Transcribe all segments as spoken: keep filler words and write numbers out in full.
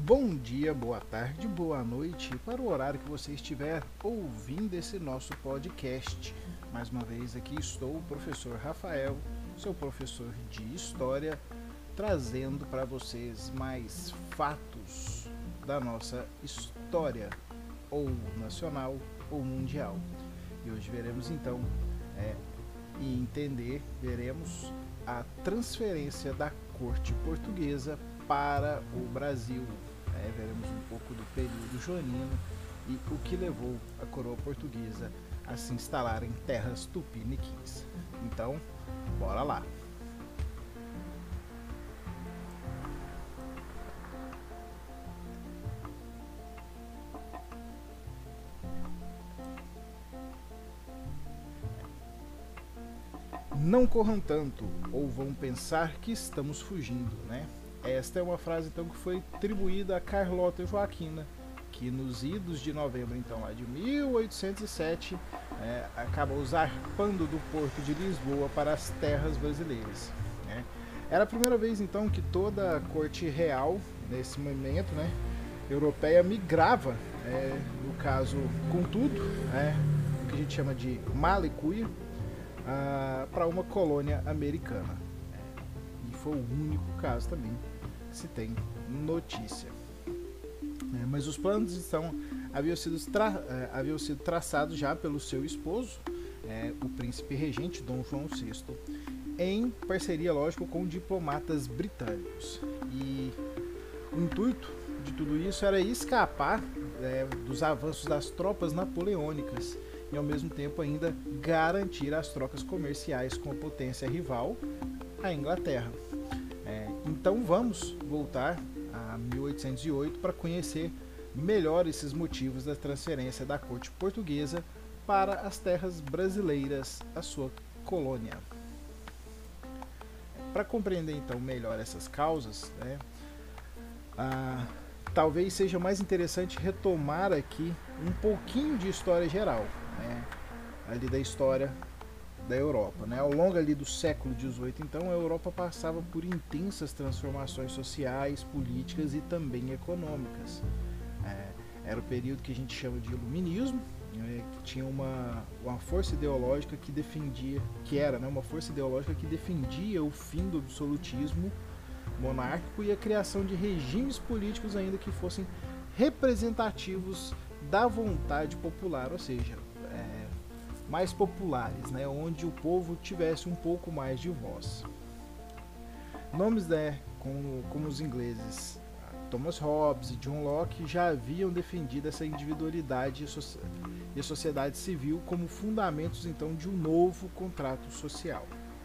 Bom dia, boa tarde, boa noite para o horário que você estiver ouvindo esse nosso podcast. Mais uma vez aqui estou, o professor Rafael, seu professor de História, trazendo para vocês mais fatos da nossa história, ou nacional ou mundial. E hoje veremos então é, e entender, veremos a transferência da corte portuguesa para o Brasil. É, veremos um pouco do período joanino e o que levou a coroa portuguesa a se instalar em terras tupiniquins. Então, bora lá! Não corram tanto, ou vão pensar que estamos fugindo, né? Esta é uma frase então que foi atribuída a Carlota Joaquina, que nos idos de novembro então lá de mil oitocentos e sete é, acabou zarpando do porto de Lisboa para as terras brasileiras. Né? Era a primeira vez então que toda a corte real nesse momento, né, europeia migrava, é, no caso, contudo, é, o que a gente chama de malicuia, para uma colônia americana. E foi o único caso também que se tem notícia. É, mas os planos então haviam sido, tra é, haviam sido traçados já pelo seu esposo, é, o príncipe regente Dom João sexto, em parceria, lógico, com diplomatas britânicos. E o intuito de tudo isso era escapar é, dos avanços das tropas napoleônicas e ao mesmo tempo ainda garantir as trocas comerciais com a potência rival, a Inglaterra. É, então vamos voltar a mil oitocentos e oito para conhecer melhor esses motivos da transferência da corte portuguesa para as terras brasileiras, a sua colônia. Para compreender então melhor essas causas, né, ah, talvez seja mais interessante retomar aqui um pouquinho de história geral, né, ali da história da Europa. Né? Ao longo ali do século dezoito, então, a Europa passava por intensas transformações sociais, políticas e também econômicas. É, era o período que a gente chama de Iluminismo, né, que tinha uma, uma força ideológica que defendia, que era né, uma força ideológica que defendia o fim do absolutismo monárquico e a criação de regimes políticos ainda que fossem representativos da vontade popular, ou seja, é, mais populares, né, onde o povo tivesse um pouco mais de voz. Nomes né, como, como os ingleses Thomas Hobbes e John Locke já haviam defendido essa individualidade e a sociedade civil como fundamentos então de um novo contrato social.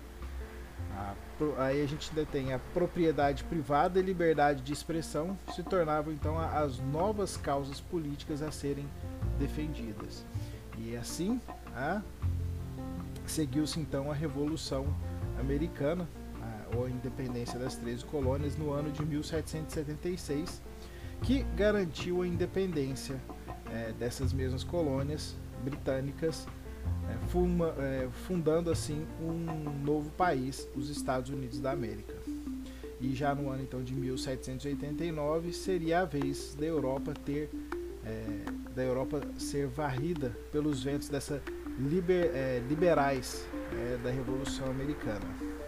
A, aí a gente ainda tem a propriedade privada e liberdade de expressão se tornavam então as novas causas políticas a serem defendidas. E assim a, seguiu-se então a Revolução Americana, a, ou a independência das treze colônias no ano de mil setecentos e setenta e seis, que garantiu a independência é, dessas mesmas colônias britânicas, É, fuma, é, fundando assim um novo país, os Estados Unidos da América. E já no ano então de mil setecentos e oitenta e nove seria a vez da Europa ter é, da Europa ser varrida pelos ventos dessa liber, é, liberais é, da Revolução Americana.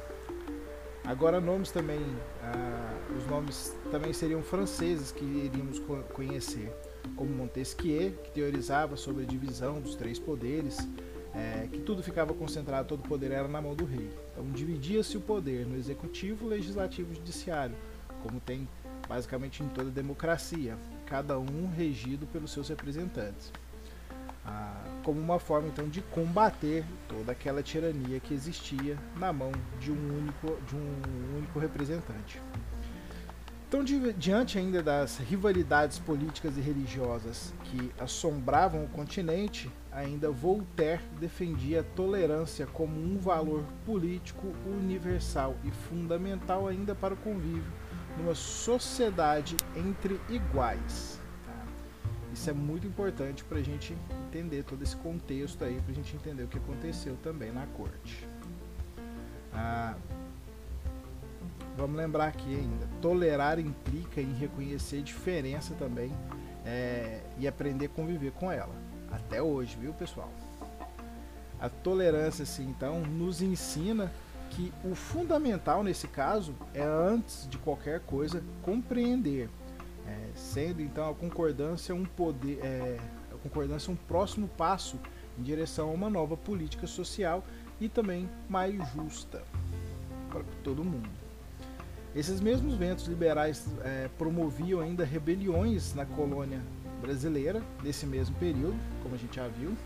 Agora nomes também, ah, os nomes também seriam franceses que iríamos conhecer, como Montesquieu, que teorizava sobre a divisão dos três poderes. É, que tudo ficava concentrado, todo o poder era na mão do rei. Então dividia-se o poder no executivo, legislativo e judiciário, como tem basicamente em toda democracia, cada um regido pelos seus representantes, ah, como uma forma então de combater toda aquela tirania que existia na mão de um único, de um único representante. Então, diante ainda das rivalidades políticas e religiosas que assombravam o continente, ainda Voltaire defendia a tolerância como um valor político universal e fundamental ainda para o convívio numa sociedade entre iguais. Tá? Isso é muito importante para a gente entender todo esse contexto aí, para a gente entender o que aconteceu também na corte. Ah, vamos lembrar aqui ainda, tolerar implica em reconhecer diferença também é, e aprender a conviver com ela. Até hoje, viu, pessoal? A tolerância, assim, então, nos ensina que o fundamental nesse caso é, antes de qualquer coisa, compreender, é, sendo então a concordância um poder, é, a concordância um próximo passo em direção a uma nova política social e também mais justa para todo mundo. Esses mesmos ventos liberais é, promoviam ainda rebeliões na colônia brasileira nesse mesmo período, como a gente já viu.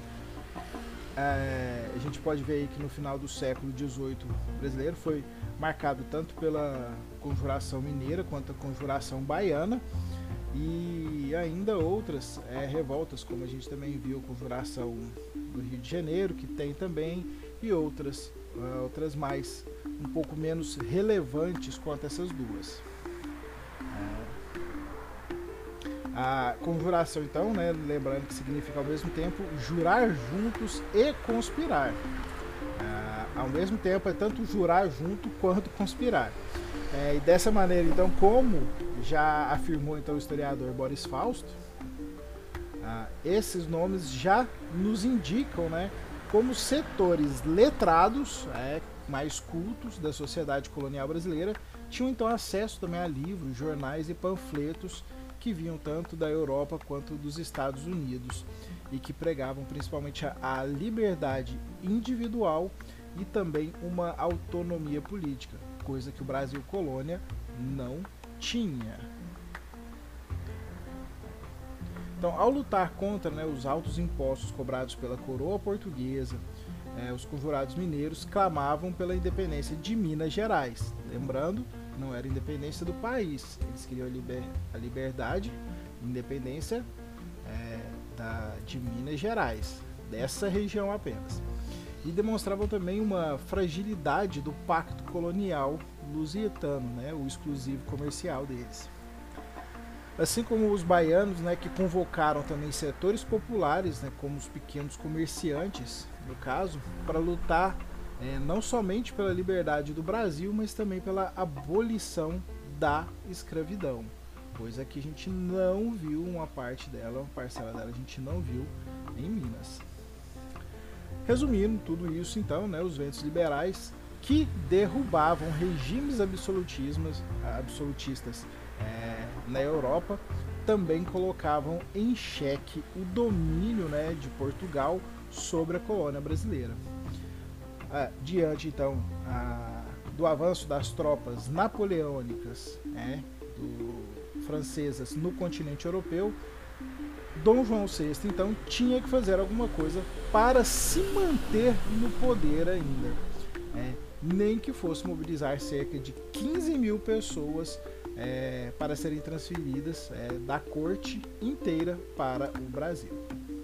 É, a gente pode ver aí que no final do século dezoito brasileiro foi marcado tanto pela Conjuração Mineira quanto a Conjuração Baiana e ainda outras é, revoltas, como a gente também viu a Conjuração do Rio de Janeiro, que tem também, e outras, uh, outras mais um pouco menos relevantes quanto essas duas. A conjuração, então, né, lembrando que significa ao mesmo tempo jurar juntos e conspirar. Ah, ao mesmo tempo é tanto jurar junto quanto conspirar. É, e dessa maneira, então, como já afirmou então o historiador Boris Fausto, ah, esses nomes já nos indicam, né, como setores letrados, é, mais cultos da sociedade colonial brasileira, tinham então acesso também a livros, jornais e panfletos que vinham tanto da Europa quanto dos Estados Unidos e que pregavam principalmente a, a liberdade individual e também uma autonomia política, coisa que o Brasil colônia não tinha. Então, ao lutar contra, né, os altos impostos cobrados pela coroa portuguesa, eh, os conjurados mineiros clamavam pela independência de Minas Gerais. Lembrando, não era independência do país, eles queriam a, liber, a liberdade, independência é, da, de Minas Gerais, dessa região apenas. E demonstravam também uma fragilidade do pacto colonial lusitano, né, o exclusivo comercial deles. Assim como os baianos, né, que convocaram também setores populares, né, como os pequenos comerciantes, no caso, para lutar É, não somente pela liberdade do Brasil, mas também pela abolição da escravidão, coisa que a gente não viu uma parte dela, uma parcela dela a gente não viu em Minas. Resumindo tudo isso, então, né, os ventos liberais que derrubavam regimes absolutistas é, na Europa também colocavam em xeque o domínio, né, de Portugal sobre a colônia brasileira. Ah, diante então ah, do avanço das tropas napoleônicas, né, do, francesas no continente europeu, Dom João sexto então tinha que fazer alguma coisa para se manter no poder ainda, é, nem que fosse mobilizar cerca de quinze mil pessoas é, para serem transferidas é, da corte inteira para o Brasil.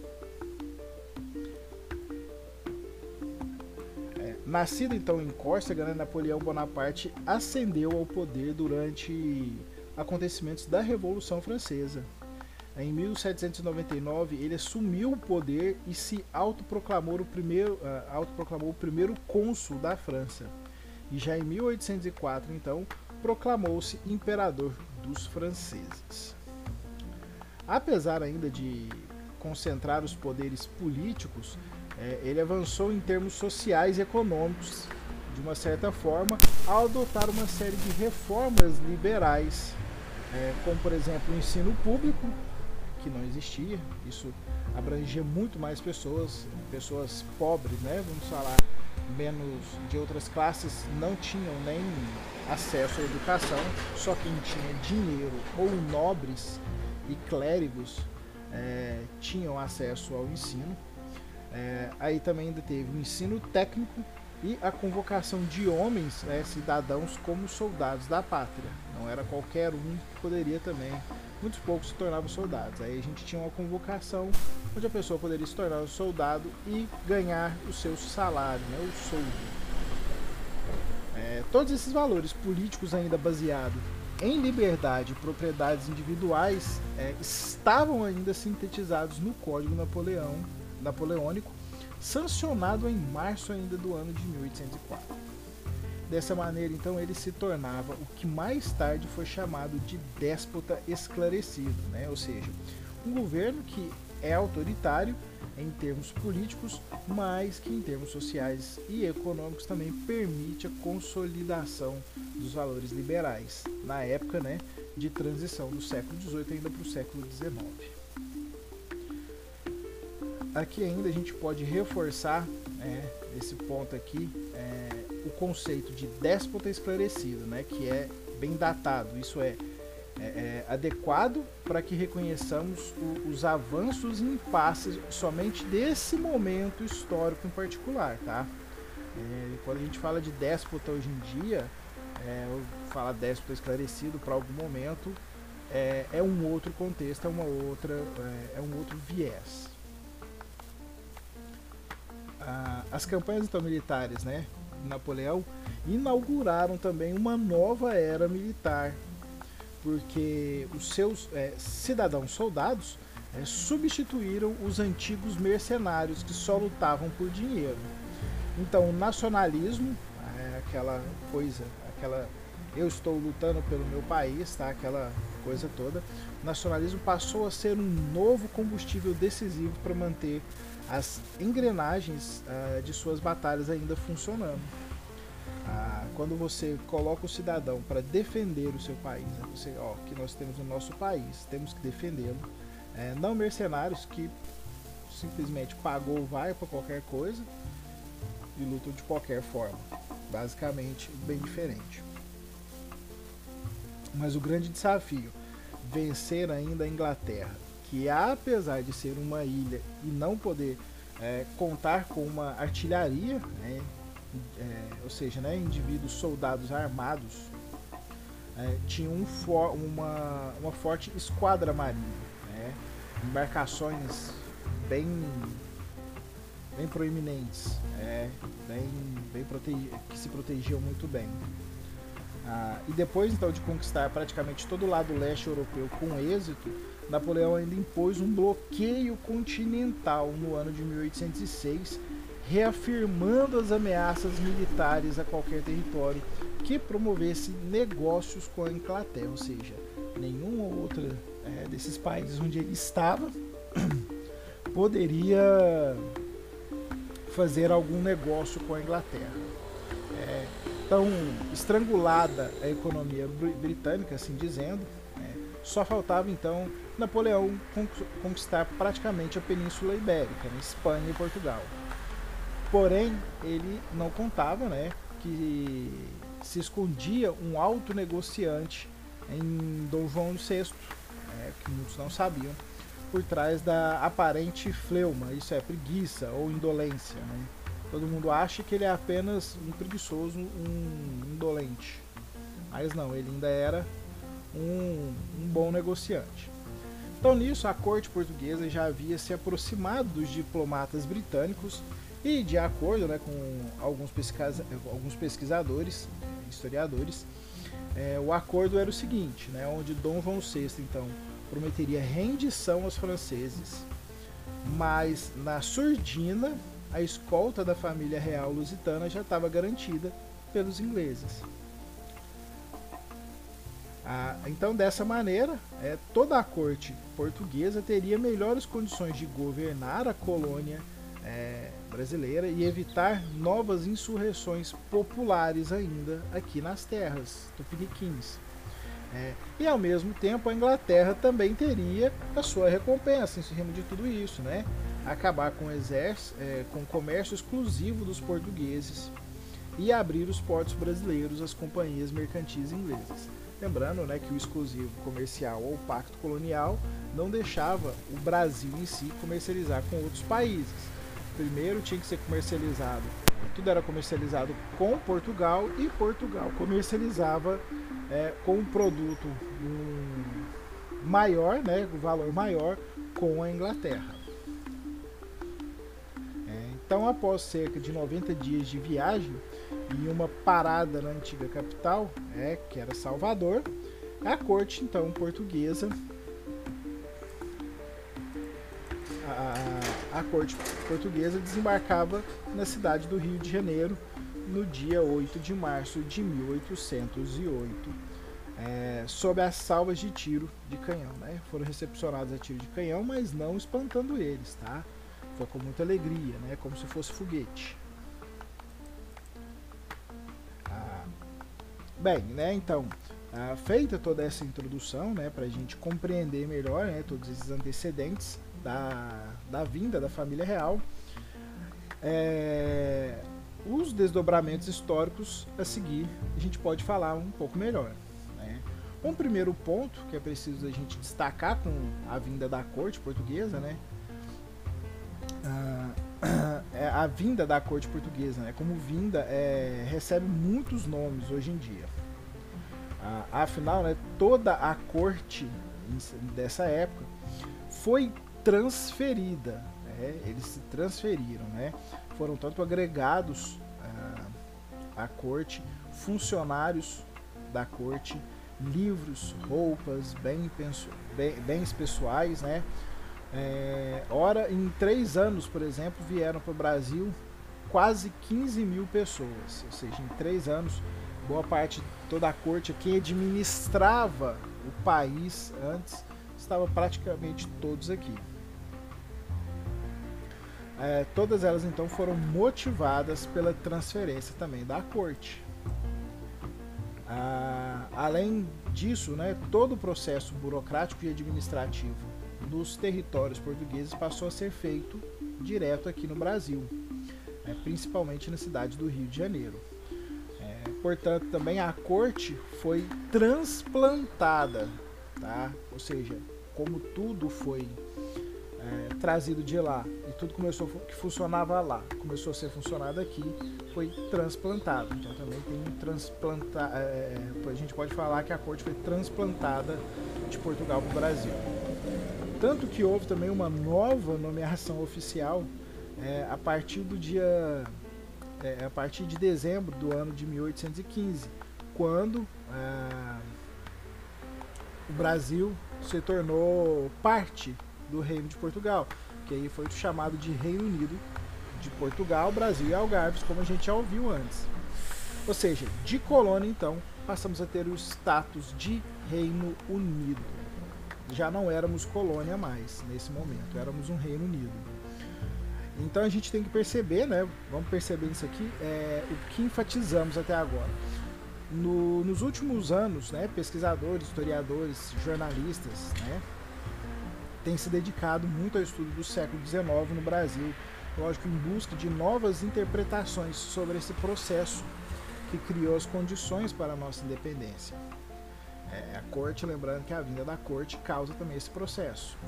Nascido então em Córcega, né, Napoleão Bonaparte ascendeu ao poder durante acontecimentos da Revolução Francesa. Em mil setecentos e noventa e nove, ele assumiu o poder e se autoproclamou o primeiro, uh, autoproclamou o primeiro cônsul da França. E já em mil oitocentos e quatro, então, proclamou-se imperador dos franceses. Apesar ainda de concentrar os poderes políticos, É, ele avançou em termos sociais e econômicos, de uma certa forma, ao adotar uma série de reformas liberais, é, como, por exemplo, o ensino público, que não existia, isso abrangia muito mais pessoas, pessoas pobres, né, vamos falar, menos de outras classes, não tinham nem acesso à educação, só quem tinha dinheiro ou nobres e clérigos é, tinham acesso ao ensino. É, aí também ainda teve o ensino técnico e a convocação de homens, né, cidadãos, como soldados da pátria. Não era qualquer um que poderia também, muitos poucos se tornavam soldados. Aí a gente tinha uma convocação onde a pessoa poderia se tornar um soldado e ganhar o seu salário, né, o soldo. É, todos esses valores políticos ainda baseados em liberdade e propriedades individuais é, estavam ainda sintetizados no Código Napoleão Napoleônico, sancionado em março ainda do ano de mil oitocentos e quatro. dessa maneira, então, ele se tornava o que mais tarde foi chamado de déspota esclarecido, né? Ou seja, um governo que é autoritário em termos políticos, mas que em termos sociais e econômicos também permite a consolidação dos valores liberais, na época, né, de transição do século dezoito ainda para o século dezenove. Aqui ainda a gente pode reforçar, né, esse ponto aqui, é, o conceito de déspota esclarecido, né, que é bem datado, isso é, é, é adequado para que reconheçamos o, os avanços e impasses somente desse momento histórico em particular, tá? É, quando a gente fala de déspota hoje em dia, é, ou fala déspota esclarecido para algum momento, é, é um outro contexto, é uma outra, é, é um outro viés. Ah, as campanhas então militares, né, de Napoleão inauguraram também uma nova era militar, porque os seus é, cidadãos soldados é, substituíram os antigos mercenários que só lutavam por dinheiro. Então o nacionalismo, é, aquela coisa, aquela eu estou lutando pelo meu país, tá? Aquela coisa toda, o nacionalismo passou a ser um novo combustível decisivo para manter as engrenagens uh, de suas batalhas ainda funcionando. Uh, quando você coloca o cidadão para defender o seu país, né, você, ó, que nós temos no nosso país, temos que defendê-lo, é, não mercenários que simplesmente pagou vai para qualquer coisa e lutam de qualquer forma, basicamente bem diferente. Mas o grande desafio, vencer ainda a Inglaterra, que apesar de ser uma ilha e não poder é, contar com uma artilharia, né, é, ou seja, né, indivíduos soldados armados, é, tinham um for, uma, uma forte esquadra marinha, né, embarcações bem, bem proeminentes, é, bem, bem protegi, que se protegiam muito bem. Ah, e depois então de conquistar praticamente todo o lado leste europeu com êxito, Napoleão ainda impôs um bloqueio continental no ano de mil oitocentos e seis, reafirmando as ameaças militares a qualquer território que promovesse negócios com a Inglaterra, ou seja, nenhum outro é, desses países onde ele estava poderia fazer algum negócio com a Inglaterra. É, tão estrangulada a economia britânica, assim dizendo, né, só faltava então Napoleão conquistar praticamente a Península Ibérica, né, Espanha e Portugal. Porém, ele não contava, né, que se escondia um alto negociante em Dom João sexto, né, que muitos não sabiam, por trás da aparente fleuma, isso é preguiça ou indolência, né? Todo mundo acha que ele é apenas um preguiçoso, um indolente. Mas não, ele ainda era um, um bom negociante. Então nisso, a corte portuguesa já havia se aproximado dos diplomatas britânicos e, de acordo, né, com alguns, pesquisa, alguns pesquisadores, historiadores, é, o acordo era o seguinte, né, onde Dom João sexto, então, prometeria rendição aos franceses, mas na surdina a escolta da família real lusitana já estava garantida pelos ingleses. Ah, então, dessa maneira, é, toda a corte portuguesa teria melhores condições de governar a colônia é, brasileira e evitar novas insurreições populares ainda aqui nas terras tupiniquins. É, e ao mesmo tempo a Inglaterra também teria a sua recompensa em cima de tudo isso, né? Acabar com o exército, é, com o comércio exclusivo dos portugueses e abrir os portos brasileiros às companhias mercantis inglesas. Lembrando, né, que o exclusivo comercial ou pacto colonial não deixava o Brasil em si comercializar com outros países. Primeiro tinha que ser comercializado, tudo era comercializado com Portugal e Portugal comercializava é, com um produto um, maior, né, um valor maior com a Inglaterra. É, então, após cerca de noventa dias de viagem e uma parada na antiga capital, é, que era Salvador, a corte então portuguesa, a, a corte portuguesa desembarcava na cidade do Rio de Janeiro, no dia oito de março de mil oitocentos e oito, é, sob as salvas de tiro de canhão, né? Foram recepcionados a tiro de canhão, mas não espantando eles, tá? Foi com muita alegria, né? Como se fosse foguete. Ah, bem, né? Então, ah, feita toda essa introdução, né? Para a gente compreender melhor, né? Todos esses antecedentes da, da vinda da família real, é, os desdobramentos históricos a seguir a gente pode falar um pouco melhor. Um primeiro ponto que é preciso a gente destacar com a vinda da corte portuguesa, né? Ah, é a vinda da corte portuguesa, né? Como vinda, é, recebe muitos nomes hoje em dia. Ah, afinal, né, toda a corte dessa época foi transferida, né? Eles se transferiram, né? Foram tanto agregados ah, à corte, funcionários da corte, livros, roupas, bem, bens pessoais, né? É, ora, em três anos, por exemplo, vieram para o Brasil quase quinze mil pessoas, ou seja, em três anos, boa parte, toda a corte, quem administrava o país antes, estava praticamente todos aqui. É, todas elas, então, foram motivadas pela transferência também da corte. Ah, além disso, né, todo o processo burocrático e administrativo dos territórios portugueses passou a ser feito direto aqui no Brasil, é, principalmente na cidade do Rio de Janeiro. É, portanto, também a corte foi transplantada, tá? Ou seja, como tudo foi é, trazido de lá e tudo começou que funcionava lá começou a ser funcionado aqui, foi transplantado. Então também tem um transplantar, é, a gente pode falar que a corte foi transplantada de Portugal para o Brasil. Tanto que houve também uma nova nomeação oficial é, a partir do dia é, a partir de dezembro do ano de mil oitocentos e quinze, quando é, o Brasil se tornou parte do Reino de Portugal, que aí foi chamado de Reino Unido de Portugal, Brasil e Algarves, como a gente já ouviu antes. Ou seja, de colônia, então, passamos a ter o status de Reino Unido. Já não éramos colônia mais, nesse momento, éramos um Reino Unido. Então a gente tem que perceber, né, vamos perceber isso aqui, é, o que enfatizamos até agora. No, nos últimos anos, né, pesquisadores, historiadores, jornalistas, né, têm se dedicado muito ao estudo do século dezenove no Brasil, lógico, em busca de novas interpretações sobre esse processo que criou as condições para a nossa independência. É, a corte, lembrando que a vinda da corte causa também esse processo.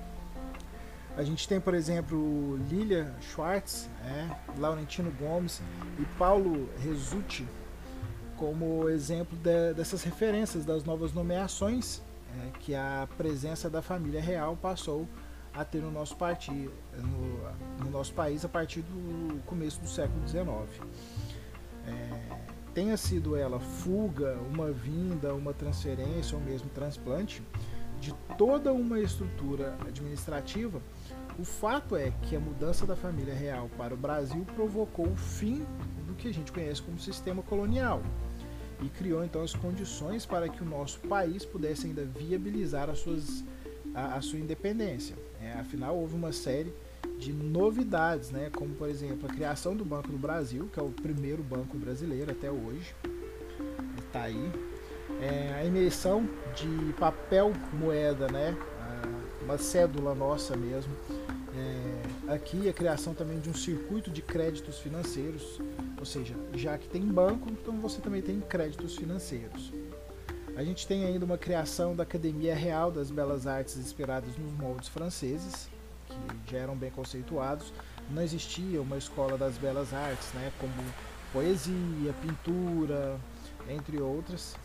A gente tem, por exemplo, Lilia Schwartz, é, Laurentino Gomes e Paulo Resutti como exemplo de, dessas referências das novas nomeações é, que a presença da família real passou a ter no nosso, partir, no, no nosso país a partir do começo do século dezenove. É, tenha sido ela fuga, uma vinda, uma transferência ou mesmo transplante de toda uma estrutura administrativa, o fato é que a mudança da família real para o Brasil provocou o fim do que a gente conhece como sistema colonial e criou então as condições para que o nosso país pudesse ainda viabilizar as suas, a, a sua independência. É, afinal, houve uma série de novidades, né, como por exemplo a criação do Banco do Brasil, que é o primeiro banco brasileiro até hoje, está aí. É, a emissão de papel moeda, né, uma cédula nossa mesmo. É, aqui a criação também de um circuito de créditos financeiros, ou seja, já que tem banco, então você também tem créditos financeiros. A gente tem ainda uma criação da Academia Real das Belas Artes inspiradas nos moldes franceses, que já eram bem conceituados. Não existia uma escola das belas artes, né, como poesia, pintura, entre outras.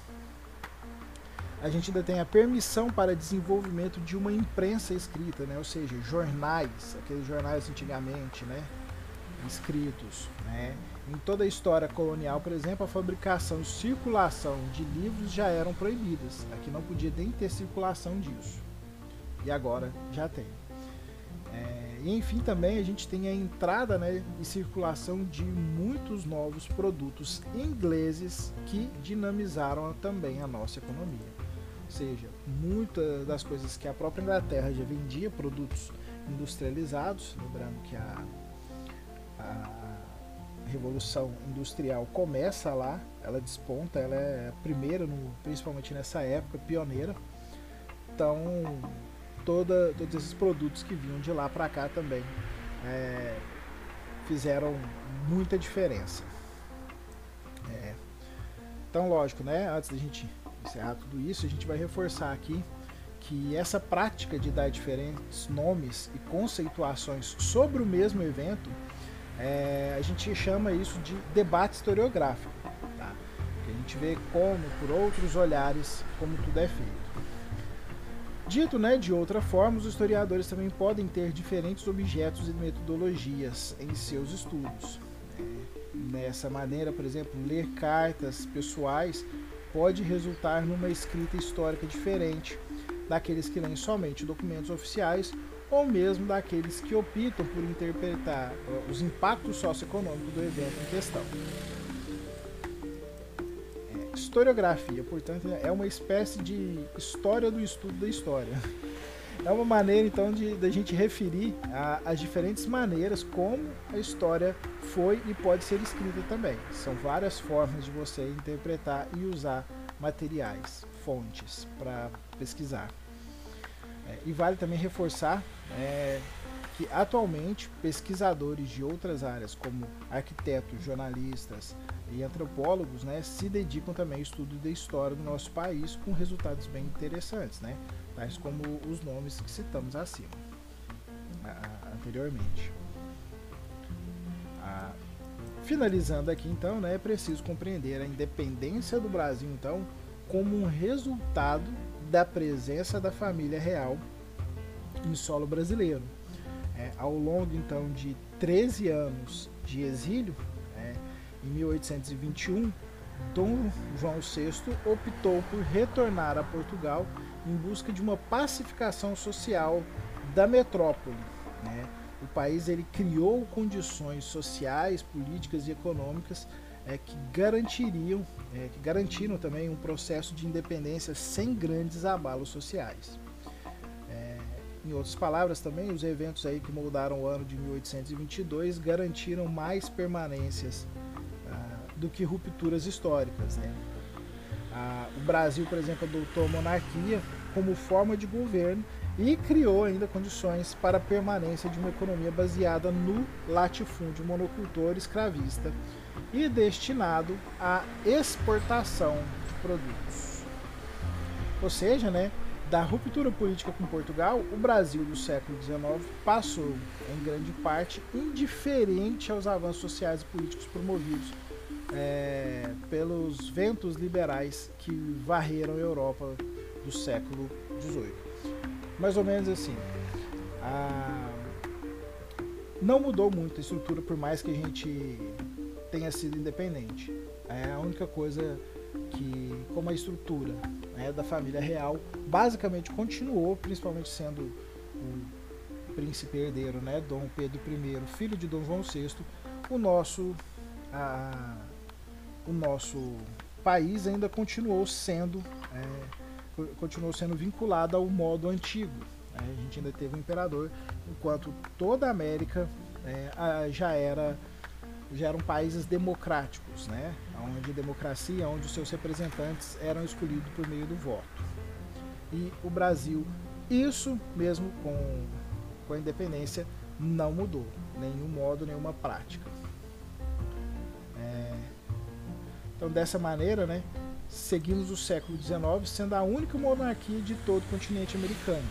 A gente ainda tem a permissão para desenvolvimento de uma imprensa escrita, né? Ou seja, jornais, aqueles jornais antigamente, né? Escritos, né? Em toda a história colonial, por exemplo, a fabricação e circulação de livros já eram proibidas. Aqui não podia nem ter circulação disso. E agora já tem. É, E enfim, também a gente tem a entrada, né, e circulação de muitos novos produtos ingleses que dinamizaram também a nossa economia. Ou seja, muitas das coisas que a própria Inglaterra já vendia, produtos industrializados, lembrando que a, a Revolução Industrial começa lá, ela desponta, ela é a primeira, no, principalmente nessa época, pioneira. Então, toda, todos esses produtos que vinham de lá para cá também é, fizeram muita diferença. É, então, lógico, né? Antes da gente encerrar tudo isso, a gente vai reforçar aqui que essa prática de dar diferentes nomes e conceituações sobre o mesmo evento, é, a gente chama isso de debate historiográfico, tá? Que a gente vê como, por outros olhares, como tudo é feito. Dito, né, de outra forma, os historiadores também podem ter diferentes objetos e metodologias em seus estudos. É, nessa maneira, por exemplo, ler cartas pessoais pode resultar numa escrita histórica diferente daqueles que leem somente documentos oficiais ou mesmo daqueles que optam por interpretar os impactos socioeconômicos do evento em questão. É, historiografia, portanto, é uma espécie de história do estudo da história. É uma maneira, então, de da gente referir a, as diferentes maneiras como a história foi e pode ser escrita também. São várias formas de você interpretar e usar materiais, fontes para pesquisar. É, e vale também reforçar é, que atualmente pesquisadores de outras áreas, como arquitetos, jornalistas e antropólogos, né, se dedicam também ao estudo da história do nosso país com resultados bem interessantes, né, tais como os nomes que citamos acima, a, anteriormente. A, finalizando aqui então, né, é preciso compreender a independência do Brasil então como um resultado da presença da família real em solo brasileiro. É, ao longo então de treze anos de exílio, é, em mil oitocentos e vinte e um, Dom João sexto optou por retornar a Portugal em busca de uma pacificação social da metrópole. Né? O país ele criou condições sociais, políticas e econômicas é, que garantiriam, é, que garantiram também um processo de independência sem grandes abalos sociais. É, em outras palavras, também os eventos aí que moldaram o ano de mil oitocentos e vinte e dois garantiram mais permanências ah, do que rupturas históricas. Né? Ah, o Brasil, por exemplo, adotou a monarquia como forma de governo e criou ainda condições para a permanência de uma economia baseada no latifúndio monocultor escravista e destinado à exportação de produtos. Ou seja, né, da ruptura política com Portugal, o Brasil do século dezenove passou, em grande parte, indiferente aos avanços sociais e políticos promovidos é, pelos ventos liberais que varreram a Europa do século dezoito. Mais ou menos assim. A... Não mudou muito a estrutura, por mais que a gente tenha sido independente. É a única coisa que, como a estrutura, né, da família real, basicamente continuou, principalmente sendo o príncipe herdeiro, né, Dom Pedro I, filho de Dom João sexto, o nosso, a, o nosso país ainda continuou sendo, é, continuou sendo vinculado ao modo antigo. Né, a gente ainda teve um imperador, enquanto toda a América é, a, já era já eram países democráticos, né? Onde a democracia, onde os seus representantes eram escolhidos por meio do voto. E o Brasil, isso mesmo com, com a independência, não mudou, nenhum modo, nenhuma prática. É, então, dessa maneira, né, seguimos o século dezenove sendo a única monarquia de todo o continente americano.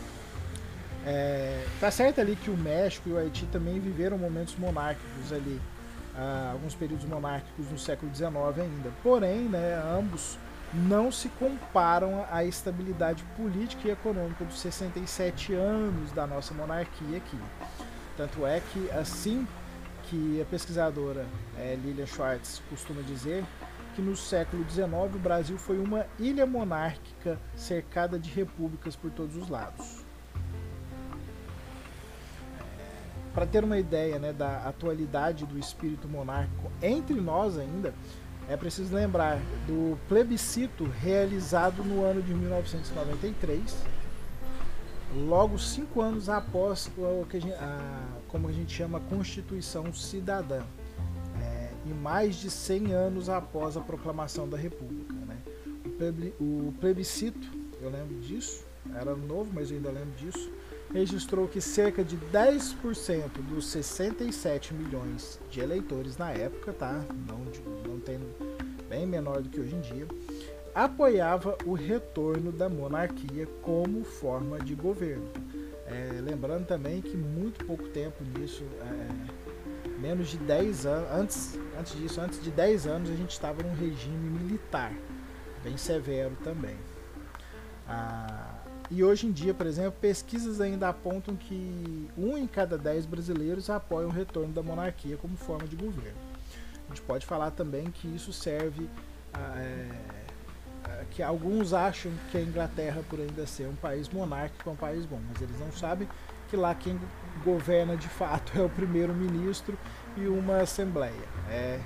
É, tá certo ali que o México e o Haiti também viveram momentos monárquicos ali, Uh, alguns períodos monárquicos no século dezenove ainda. Porém, né, ambos não se comparam à estabilidade política e econômica dos sessenta e sete anos da nossa monarquia aqui. Tanto é que, assim que a pesquisadora é, Lilian Schwartz costuma dizer, que no século dezenove o Brasil foi uma ilha monárquica cercada de repúblicas por todos os lados. É, para ter uma ideia, né, da atualidade do espírito monárquico entre nós ainda, é preciso lembrar do plebiscito realizado no ano de mil novecentos e noventa e três, logo cinco anos após o que a gente, a, como a gente chama, Constituição Cidadã, é, e mais de cem anos após a proclamação da República, né? O plebiscito, eu lembro disso, era novo, mas eu ainda lembro disso, registrou que cerca de dez por cento dos sessenta e sete milhões de eleitores na época, tá? Não, não tem bem menor do que hoje em dia, apoiava o retorno da monarquia como forma de governo. É, lembrando também que muito pouco tempo nisso, é, menos de dez anos, antes, antes disso, antes de dez anos, a gente estava num regime militar, bem severo também. Ah, e hoje em dia, por exemplo, pesquisas ainda apontam que um em cada dez brasileiros apoiam o retorno da monarquia como forma de governo. A gente pode falar também que isso serve a, é, a, que alguns acham que a Inglaterra, por ainda ser um país monárquico, é um país bom, mas eles não sabem que lá quem governa de fato é o primeiro-ministro e uma assembleia. É.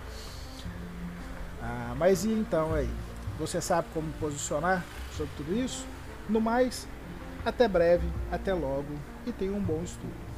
Ah, mas e então aí? Você sabe como posicionar sobre tudo isso? No mais, até breve, até logo e tenha um bom estudo.